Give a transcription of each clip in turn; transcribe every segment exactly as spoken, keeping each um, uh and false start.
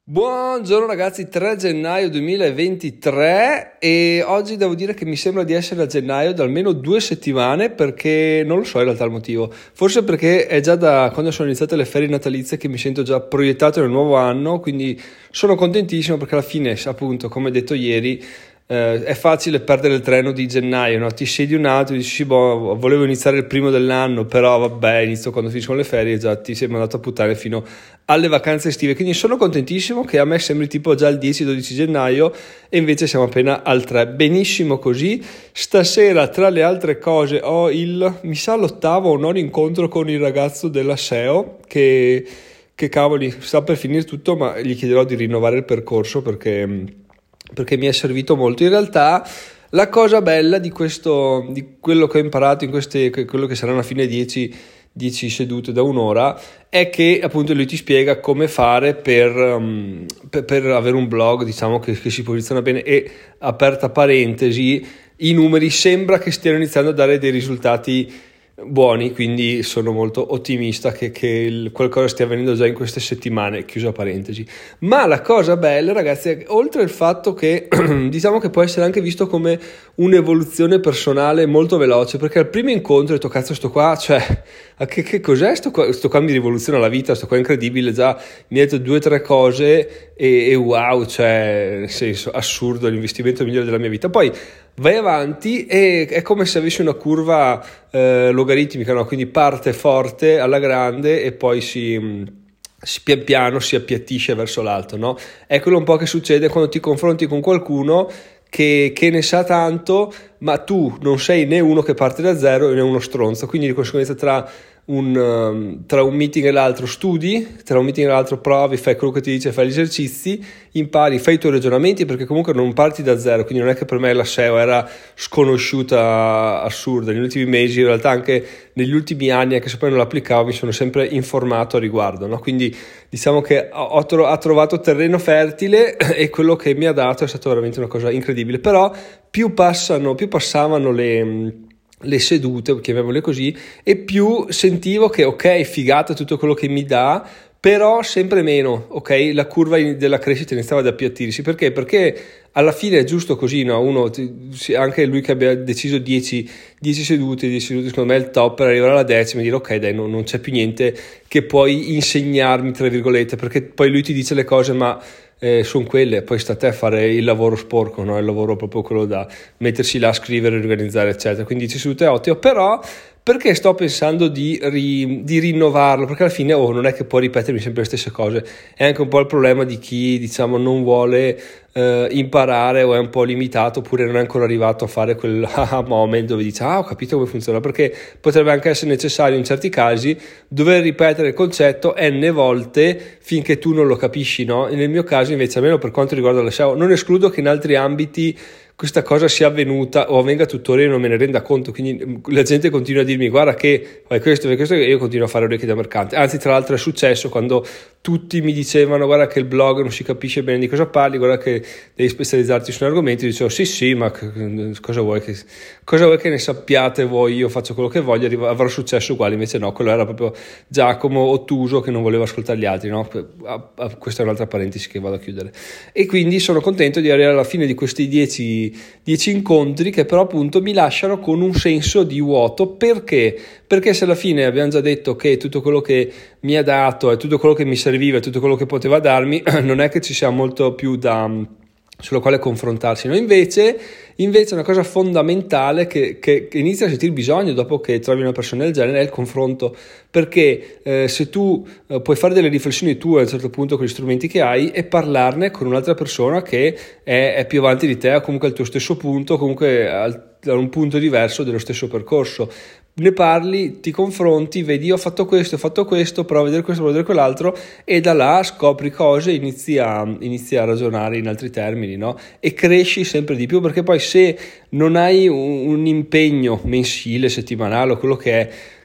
Buongiorno ragazzi, tre gennaio duemilaventitré e oggi devo dire che mi sembra di essere a gennaio da almeno due settimane perché non lo so in realtà il motivo, forse perché è già da quando sono iniziate le ferie natalizie che mi sento già proiettato nel nuovo anno, quindi sono contentissimo perché alla fine appunto come detto ieri eh, è facile perdere il treno di gennaio, no? Ti siedi un attimo e dici boh, volevo iniziare il primo dell'anno però vabbè inizio quando finiscono le ferie e già ti sei mandato a puttane fino alle vacanze estive, quindi sono contentissimo che a me sembri tipo già il dieci dodici gennaio e invece siamo appena al tre, benissimo così. Stasera tra le altre cose ho il, mi sa l'ottavo o nono incontro con il ragazzo della S E O che, che cavoli sta per finire tutto, ma gli chiederò di rinnovare il percorso perché, perché mi è servito molto. In realtà la cosa bella di questo, di quello che ho imparato in queste, quello che saranno a fine dieci dieci sedute da un'ora è che appunto lui ti spiega come fare per, um, per, per avere un blog diciamo che, che si posiziona bene e aperta parentesi i numeri sembra che stiano iniziando a dare dei risultati buoni, quindi sono molto ottimista che, che il, qualcosa stia avvenendo già in queste settimane, chiusa parentesi. Ma la cosa bella ragazzi è che oltre al fatto che diciamo che può essere anche visto come un'evoluzione personale molto veloce, perché al primo incontro ho detto cazzo sto qua, cioè che, che cos'è sto qua, sto qua mi rivoluziona la vita, sto qua è incredibile, già mi ha detto due o tre cose e, e wow, cioè nel senso assurdo, l'investimento migliore della mia vita. Poi vai avanti e è come se avessi una curva eh, logaritmica, no? Quindi parte forte alla grande e poi si, si pian piano si appiattisce verso l'alto, no? È quello un po' che succede quando ti confronti con qualcuno che, che ne sa tanto, ma tu non sei né uno che parte da zero né uno stronzo, quindi di conseguenza tra un, um, tra un meeting e l'altro studi, tra un meeting e l'altro provi, fai quello che ti dice, fai gli esercizi, impari, fai i tuoi ragionamenti perché comunque non parti da zero, quindi non è che per me la S E O era sconosciuta, assurda. Negli ultimi mesi, in realtà anche negli ultimi anni, anche se poi non l'applicavo, mi sono sempre informato a riguardo, no? Quindi diciamo che ho, ho tro- ha trovato terreno fertile e quello che mi ha dato è stato veramente una cosa incredibile. Però più passano, più passavano le le sedute, chiamiamole così, e più sentivo che ok, figata tutto quello che mi dà, però sempre meno, ok, la curva della crescita iniziava ad appiattirsi. Perché? Perché alla fine è giusto così, no? Uno, anche lui che abbia deciso dieci sedute, dieci sedute secondo me è il top per arrivare alla decima e dire ok dai, no, non c'è più niente che puoi insegnarmi tra virgolette, perché poi lui ti dice le cose ma Eh, sono quelle, poi sta a te a fare il lavoro sporco, no? Il lavoro proprio quello da mettersi là a scrivere, organizzare eccetera, quindi ci è ottimo. Però perché sto pensando di, ri, di rinnovarlo? Perché alla fine oh, non è che può ripetermi sempre le stesse cose, è anche un po' il problema di chi diciamo non vuole eh, imparare o è un po' limitato oppure non è ancora arrivato a fare quel aha moment dove dice ah ho capito come funziona, perché potrebbe anche essere necessario in certi casi dover ripetere il concetto n volte finché tu non lo capisci, no? E nel mio caso invece, almeno per quanto riguarda la S E O, non escludo che in altri ambiti questa cosa sia avvenuta o avvenga tuttora e io non me ne renda conto, quindi la gente continua a dirmi guarda che fai questo, fai questo, e io continuo a fare orecchie da mercante. Anzi, tra l'altro è successo quando tutti mi dicevano guarda che il blog non si capisce bene di cosa parli, guarda che devi specializzarti su un argomento, io dicevo sì sì ma cosa vuoi che, cosa vuoi che ne sappiate voi, io faccio quello che voglio, avrà successo uguale. Invece no, quello era proprio Giacomo Ottuso che non voleva ascoltare gli altri, no? Questa è un'altra parentesi che vado a chiudere. E quindi sono contento di arrivare alla fine di questi dieci dieci incontri che però appunto mi lasciano con un senso di vuoto. Perché? Perché se alla fine abbiamo già detto che tutto quello che mi ha dato e tutto quello che mi serviva e tutto quello che poteva darmi non è che ci sia molto più da sulla quale confrontarsi, no? Invece, invece una cosa fondamentale che, che, che inizia a sentire bisogno dopo che trovi una persona del genere è il confronto, perché eh, se tu eh, puoi fare delle riflessioni tue a un certo punto con gli strumenti che hai e parlarne con un'altra persona che è, è più avanti di te o comunque al tuo stesso punto, comunque al, da un punto diverso dello stesso percorso. Ne parli, ti confronti, vedi ho fatto questo, ho fatto questo, provo a vedere questo, provo a vedere quell'altro e da là scopri cose, inizi a, inizi a ragionare in altri termini, no? E cresci sempre di più, perché poi se non hai un, un impegno mensile, settimanale o quello che è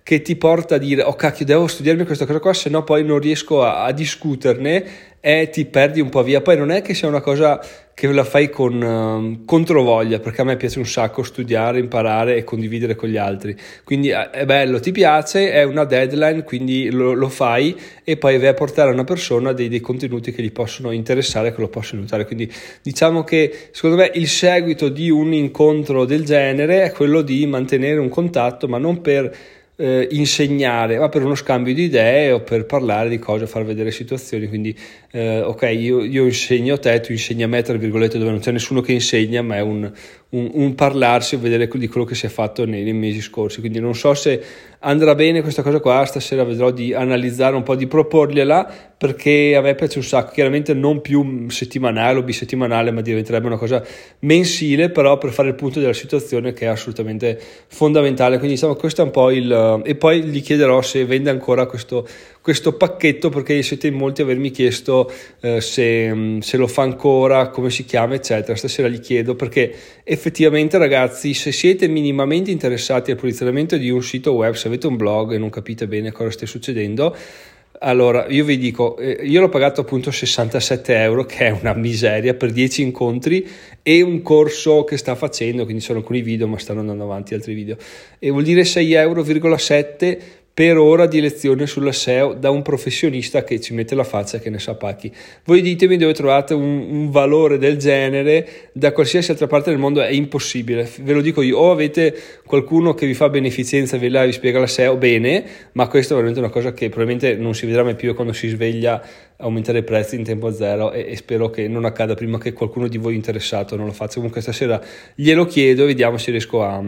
che ti porta a dire oh cacchio devo studiarmi questa cosa qua, se no poi non riesco a, a discuterne e ti perdi un po' via. Poi non è che sia una cosa che la fai con um, controvoglia, perché a me piace un sacco studiare, imparare e condividere con gli altri, quindi è bello, ti piace, è una deadline, quindi lo, lo fai e poi vai a portare a una persona dei, dei contenuti che gli possono interessare, che lo possono aiutare. Quindi diciamo che secondo me il seguito di un incontro del genere è quello di mantenere un contatto, ma non per Eh, insegnare, ma per uno scambio di idee o per parlare di cose, far vedere situazioni. Quindi eh, ok, io, io insegno a te, tu insegni a me, tra virgolette, dove non c'è nessuno che insegna, ma è un, un, un parlarsi o vedere di quello che si è fatto nei, nei mesi scorsi. Quindi non so se andrà bene questa cosa qua, stasera vedrò di analizzare un po', di proporgliela, perché a me piace un sacco, chiaramente non più settimanale o bisettimanale, ma diventerebbe una cosa mensile, però per fare il punto della situazione, che è assolutamente fondamentale. Quindi diciamo questo è un po' il... e poi gli chiederò se vende ancora questo, questo pacchetto, perché siete in molti a avermi chiesto eh, se, se lo fa ancora, come si chiama eccetera. Stasera gli chiedo, perché effettivamente ragazzi, se siete minimamente interessati al posizionamento di un sito web, se avete un blog e non capite bene cosa stia succedendo, allora io vi dico, eh, io l'ho pagato appunto sessantasette euro, che è una miseria, per dieci incontri e un corso che sta facendo, quindi sono alcuni video ma stanno andando avanti altri video, e vuol dire sei euro virgola sette per ora di lezione sulla S E O da un professionista che ci mette la faccia e che ne sa pacchi. Voi ditemi dove trovate un, un valore del genere da qualsiasi altra parte del mondo, è impossibile, ve lo dico io. O avete qualcuno che vi fa beneficenza, vi, là, vi spiega la S E O bene, ma questa è veramente una cosa che probabilmente non si vedrà mai più, e quando si sveglia aumentare i prezzi in tempo zero, e, e spero che non accada prima che qualcuno di voi interessato non lo faccia. Comunque stasera glielo chiedo e vediamo se riesco a...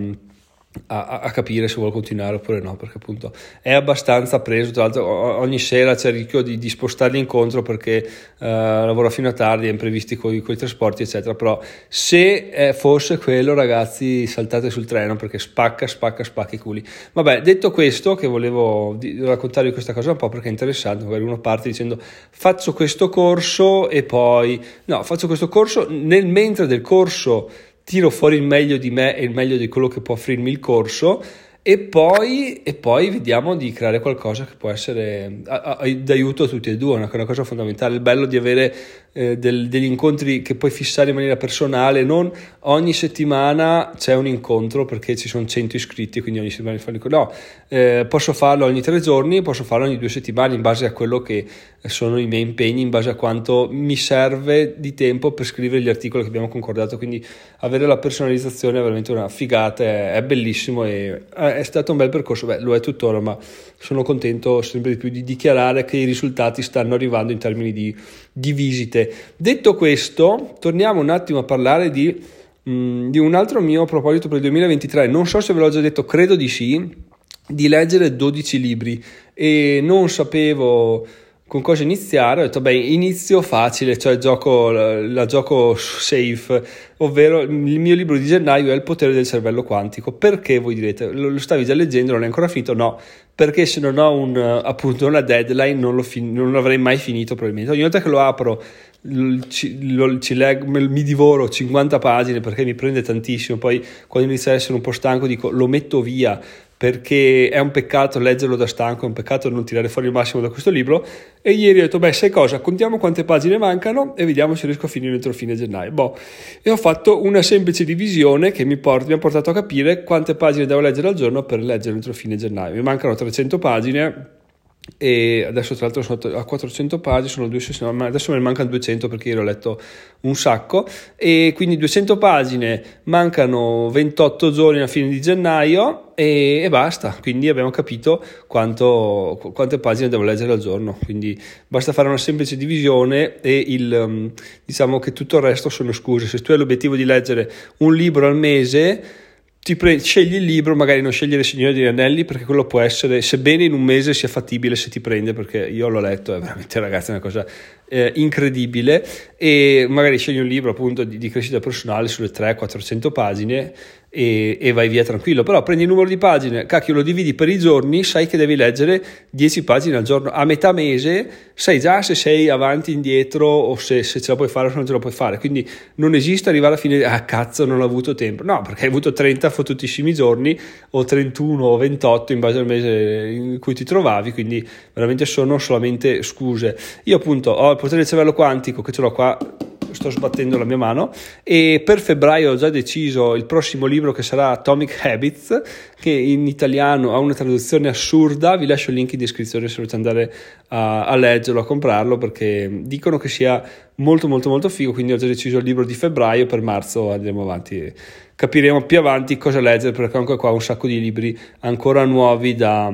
A, a capire se vuole continuare oppure no, perché appunto è abbastanza preso. Tra l'altro ogni sera c'è il rischio di, di spostare l'incontro perché eh, lavora fino a tardi, ha imprevisti con i trasporti eccetera. Però se eh, fosse quello, ragazzi, saltate sul treno, perché spacca spacca spacca i culi. Vabbè, detto questo, che volevo di, raccontarvi questa cosa un po' perché è interessante. Magari uno parte dicendo faccio questo corso e poi no, faccio questo corso, nel mentre del corso tiro fuori il meglio di me e il meglio di quello che può offrirmi il corso, e poi, e poi vediamo di creare qualcosa che può essere a, a, d'aiuto a tutti e due. Una, una cosa fondamentale. Il bello di avere eh, del, degli incontri che puoi fissare in maniera personale, non ogni settimana c'è un incontro perché ci sono cento iscritti, quindi ogni settimana fare un incontro. No, eh, posso farlo ogni tre giorni, posso farlo ogni due settimane, in base a quello che sono i miei impegni, in base a quanto mi serve di tempo per scrivere gli articoli che abbiamo concordato. Quindi avere la personalizzazione è veramente una figata, è, è bellissimo e è stato un bel percorso. Beh, lo è tuttora, ma sono contento sempre di più di dichiarare che i risultati stanno arrivando in termini di, di visite. Detto questo, torniamo un attimo a parlare di, mh, di un altro mio proposito per il duemilaventitré. Non so se ve l'ho già detto, credo di sì, di leggere dodici libri, e non sapevo con cosa iniziare. Ho detto beh, inizio facile, cioè gioco la, la gioco safe, ovvero il mio libro di gennaio è Il potere del cervello quantico. Perché, voi direte, lo, lo stavi già leggendo, non è ancora finito? No, perché se non ho un, appunto una deadline non, lo fin- non l'avrei mai finito probabilmente. Ogni volta che lo apro ci, lo, ci leggo, mi divoro cinquanta pagine perché mi prende tantissimo, poi quando inizio a essere un po' stanco dico lo metto via, perché è un peccato leggerlo da stanco, è un peccato non tirare fuori il massimo da questo libro. E ieri ho detto beh, sai cosa, contiamo quante pagine mancano e vediamo se riesco a finire entro fine gennaio. Boh, e ho fatto una semplice divisione che mi, port- mi ha portato a capire quante pagine devo leggere al giorno per leggere entro fine gennaio. Mi mancano trecento pagine e adesso tra l'altro sono a quattrocento pagine, sono due sessioni, ma adesso me ne mancano duecento perché ieri ho letto un sacco, e quindi duecento pagine, mancano ventotto giorni alla fine di gennaio e, e basta. Quindi abbiamo capito quanto, quante pagine devo leggere al giorno, quindi basta fare una semplice divisione e il, diciamo che tutto il resto sono scuse. Se tu hai l'obiettivo di leggere un libro al mese, ti pre- scegli il libro, magari non scegliere Il Signore degli Anelli, perché quello può essere, sebbene in un mese sia fattibile se ti prende, perché io l'ho letto, è veramente, ragazzi, una cosa eh, incredibile. E magari scegli un libro appunto di, di crescita personale sulle trecento quattrocento pagine e, e vai via tranquillo. Però prendi il numero di pagine, cacchio, lo dividi per i giorni, sai che devi leggere dieci pagine al giorno. A metà mese sai già se sei avanti, indietro, o se, se ce la puoi fare o se non ce la puoi fare. Quindi non esiste arrivare alla fine e ah cazzo non ho avuto tempo, no, perché hai avuto trenta fottutissimi giorni o trentuno o ventotto in base al mese in cui ti trovavi, quindi veramente sono solamente scuse. Io appunto ho il potere del cervello quantico, che ce l'ho qua, sto sbattendo la mia mano, e per febbraio ho già deciso il prossimo libro, che sarà Atomic Habits, che in italiano ha una traduzione assurda. Vi lascio il link in descrizione se volete andare a, a leggerlo, a comprarlo, perché dicono che sia molto molto molto figo. Quindi ho già deciso il libro di febbraio, per marzo andiamo avanti e capiremo più avanti cosa leggere, perché anche qua ho un sacco di libri ancora nuovi da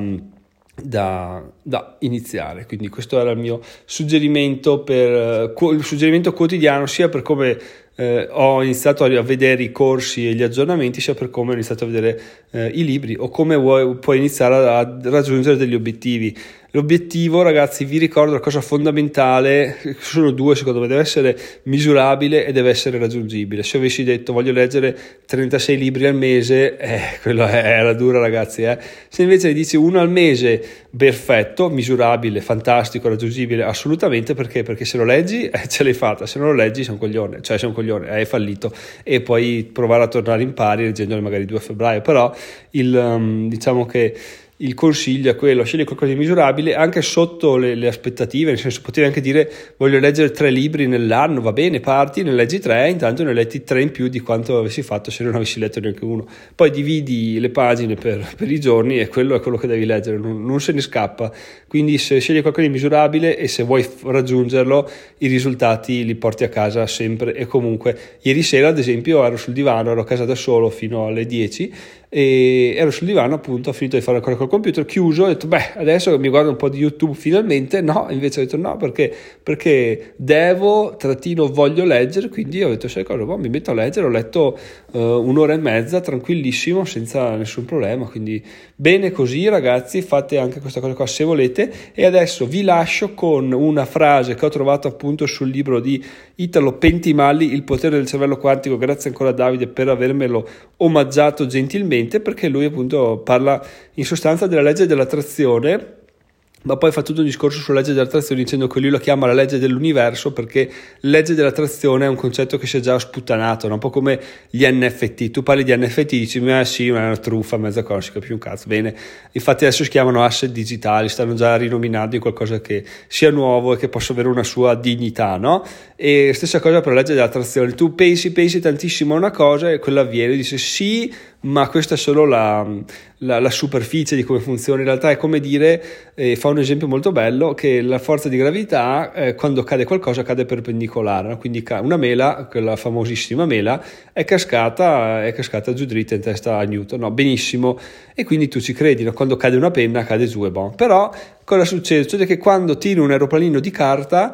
Da, da iniziare. Quindi questo era il mio suggerimento, per il suggerimento quotidiano, sia per come eh, ho iniziato a vedere i corsi e gli aggiornamenti, sia per come ho iniziato a vedere eh, i libri, o come vuoi, puoi iniziare a, a raggiungere degli obiettivi. L'obiettivo, ragazzi, vi ricordo la cosa fondamentale, sono due secondo me: deve essere misurabile e deve essere raggiungibile. Se avessi detto voglio leggere trentasei libri al mese, eh, quello era dura, ragazzi, eh. Se invece dici uno al mese, perfetto, misurabile, fantastico, raggiungibile, assolutamente. Perché? Perché se lo leggi eh, ce l'hai fatta, se non lo leggi sei un coglione, cioè sei un coglione, hai fallito, e poi provare a tornare in pari leggendolo magari il due febbraio. Però il um, diciamo che il consiglio è quello: scegli qualcosa di misurabile anche sotto le, le aspettative, nel senso, potevi anche dire voglio leggere tre libri nell'anno, va bene, parti, ne leggi tre, intanto ne letti tre in più di quanto avessi fatto se non avessi letto neanche uno. Poi dividi le pagine per, per i giorni, e quello è quello che devi leggere, non, non se ne scappa. Quindi se scegli qualcosa di misurabile e se vuoi raggiungerlo, i risultati li porti a casa sempre e comunque. Ieri sera ad esempio ero sul divano, ero a casa da solo fino alle dieci, e ero sul divano, appunto, ho finito di fare ancora col computer, chiuso, ho detto beh adesso mi guardo un po' di YouTube finalmente. No, invece ho detto no, perché perché devo trattino voglio leggere. Quindi ho detto sai cosa, boh, mi metto a leggere. Ho letto uh, un'ora e mezza tranquillissimo, senza nessun problema. Quindi bene così, ragazzi, fate anche questa cosa qua se volete. E adesso vi lascio con una frase che ho trovato appunto sul libro di Italo Pentimali, Il potere del cervello quantico. Grazie ancora a Davide per avermelo omaggiato gentilmente, perché lui appunto parla in sostanza della legge dell'attrazione, ma poi fa tutto un discorso sulla legge dell'attrazione dicendo che lui la chiama la legge dell'universo, perché legge dell'attrazione è un concetto che si è già sputtanato, no? Un po' come gli N F T. Tu parli di N F T, dici ma sì, ma è una truffa, mezza cosa, non si capisce un cazzo. Bene, infatti adesso si chiamano asset digitali, stanno già rinominando in qualcosa che sia nuovo e che possa avere una sua dignità, no? E stessa cosa per la legge dell'attrazione: tu pensi pensi tantissimo a una cosa e quella avviene, dice sì, ma questa è solo la, la, la superficie di come funziona. In realtà è come dire, eh, fa un esempio molto bello, che la forza di gravità eh, quando cade qualcosa cade perpendicolare, no? Quindi una mela, quella famosissima mela, è cascata è cascata giù dritta in testa a Newton, no? Benissimo, e quindi tu ci credi, no? Quando cade una penna cade giù e bon. Però cosa succede? Succede che quando tiri un aeroplanino di carta,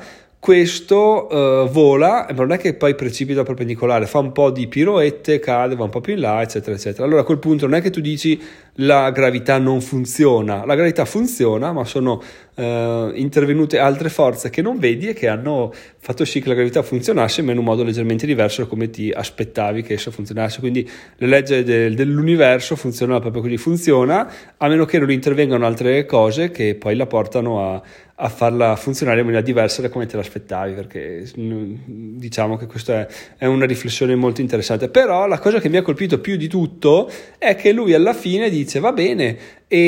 questo uh, vola, ma non è che poi precipita perpendicolare, fa un po' di piroette, cade, va un po' più in là, eccetera eccetera. Allora a quel punto non è che tu dici la gravità non funziona, la gravità funziona, ma sono uh, intervenute altre forze che non vedi e che hanno fatto sì che la gravità funzionasse, ma in un modo leggermente diverso da come ti aspettavi che essa funzionasse. Quindi le leggi del, dell'universo funzionano proprio così, funziona a meno che non intervengano altre cose che poi la portano a a farla funzionare in maniera diversa da come te l'aspettavi, perché diciamo che questa è, è una riflessione molto interessante. Però la cosa che mi ha colpito più di tutto è che lui alla fine dice va bene,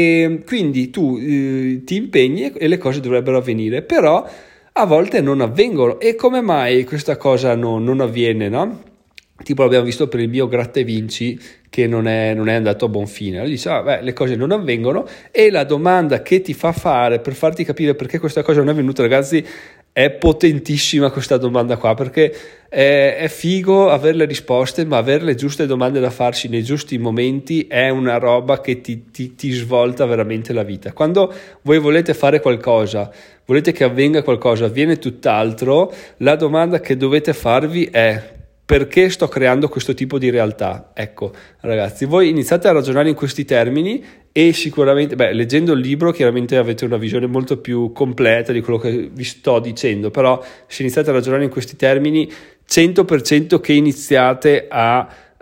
e quindi tu eh, ti impegni e le cose dovrebbero avvenire, però a volte non avvengono. E come mai questa cosa no, non avviene, no? Tipo l'abbiamo visto per il mio gratta e vinci che non è, non è andato a buon fine. Allora dice, ah, beh, le cose non avvengono, e la domanda che ti fa fare per farti capire perché questa cosa non è avvenuta, ragazzi, è potentissima questa domanda qua, perché è, è figo avere le risposte, ma avere le giuste domande da farsi nei giusti momenti è una roba che ti, ti, ti svolta veramente la vita. Quando voi volete fare qualcosa, volete che avvenga qualcosa, avviene tutt'altro, la domanda che dovete farvi è: perché sto creando questo tipo di realtà? Ecco, ragazzi, voi iniziate a ragionare in questi termini e sicuramente, beh, leggendo il libro chiaramente avete una visione molto più completa di quello che vi sto dicendo, però se iniziate a ragionare in questi termini, cento per cento che iniziate a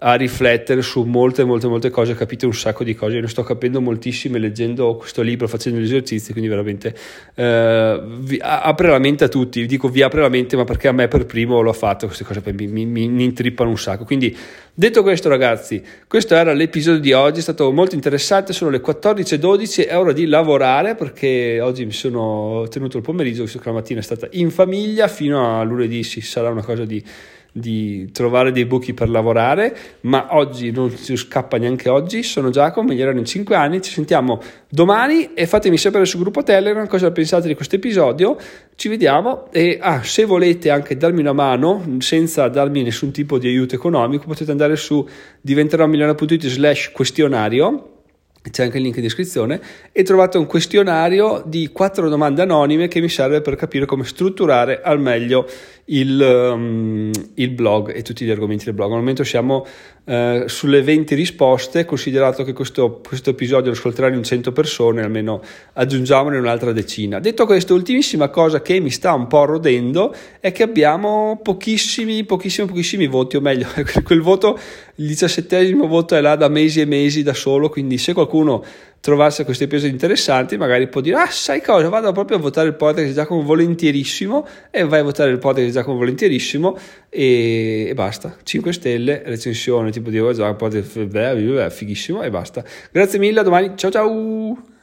a riflettere su molte molte molte cose, capite un sacco di cose, io ne sto capendo moltissime leggendo questo libro, facendo gli esercizi, quindi veramente eh, vi, apre la mente a tutti, dico vi apre la mente, ma perché a me per primo l'ho fatto, queste cose mi, mi, mi, mi intrippano un sacco. Quindi detto questo ragazzi, questo era l'episodio di oggi, è stato molto interessante, sono le quattordici e dodici, è ora di lavorare perché oggi mi sono tenuto il pomeriggio, visto che la mattina è stata in famiglia, fino a lunedì si sarà una cosa di di trovare dei buchi per lavorare, ma oggi non si scappa neanche oggi. Sono Giacomo, mi erano in cinque anni, ci sentiamo domani e fatemi sapere sul gruppo Telegram cosa pensate di questo episodio, ci vediamo e ah, se volete anche darmi una mano senza darmi nessun tipo di aiuto economico potete andare su diventeromilionario punto it slash questionario, c'è anche il link in descrizione, e trovate un questionario di quattro domande anonime che mi serve per capire come strutturare al meglio il, um, il blog e tutti gli argomenti del blog. Al momento siamo uh, sulle venti risposte, considerato che questo, questo episodio lo ascolteranno in cento persone, almeno aggiungiamone un'altra decina. Detto questo, ultimissima cosa che mi sta un po' rodendo è che abbiamo pochissimi, pochissimi, pochissimi voti, o meglio, quel voto, il diciassettesimo voto è là da mesi e mesi da solo, quindi se qualcuno trovasse questi episodi interessanti magari può dire ah sai cosa, vado proprio a votare il podcast di Giacomo volentierissimo, e vai a votare il podcast di Giacomo volentierissimo e, e basta, cinque stelle, recensione tipo di Giacomo, fighissimo, e basta. Grazie mille, a domani, ciao ciao.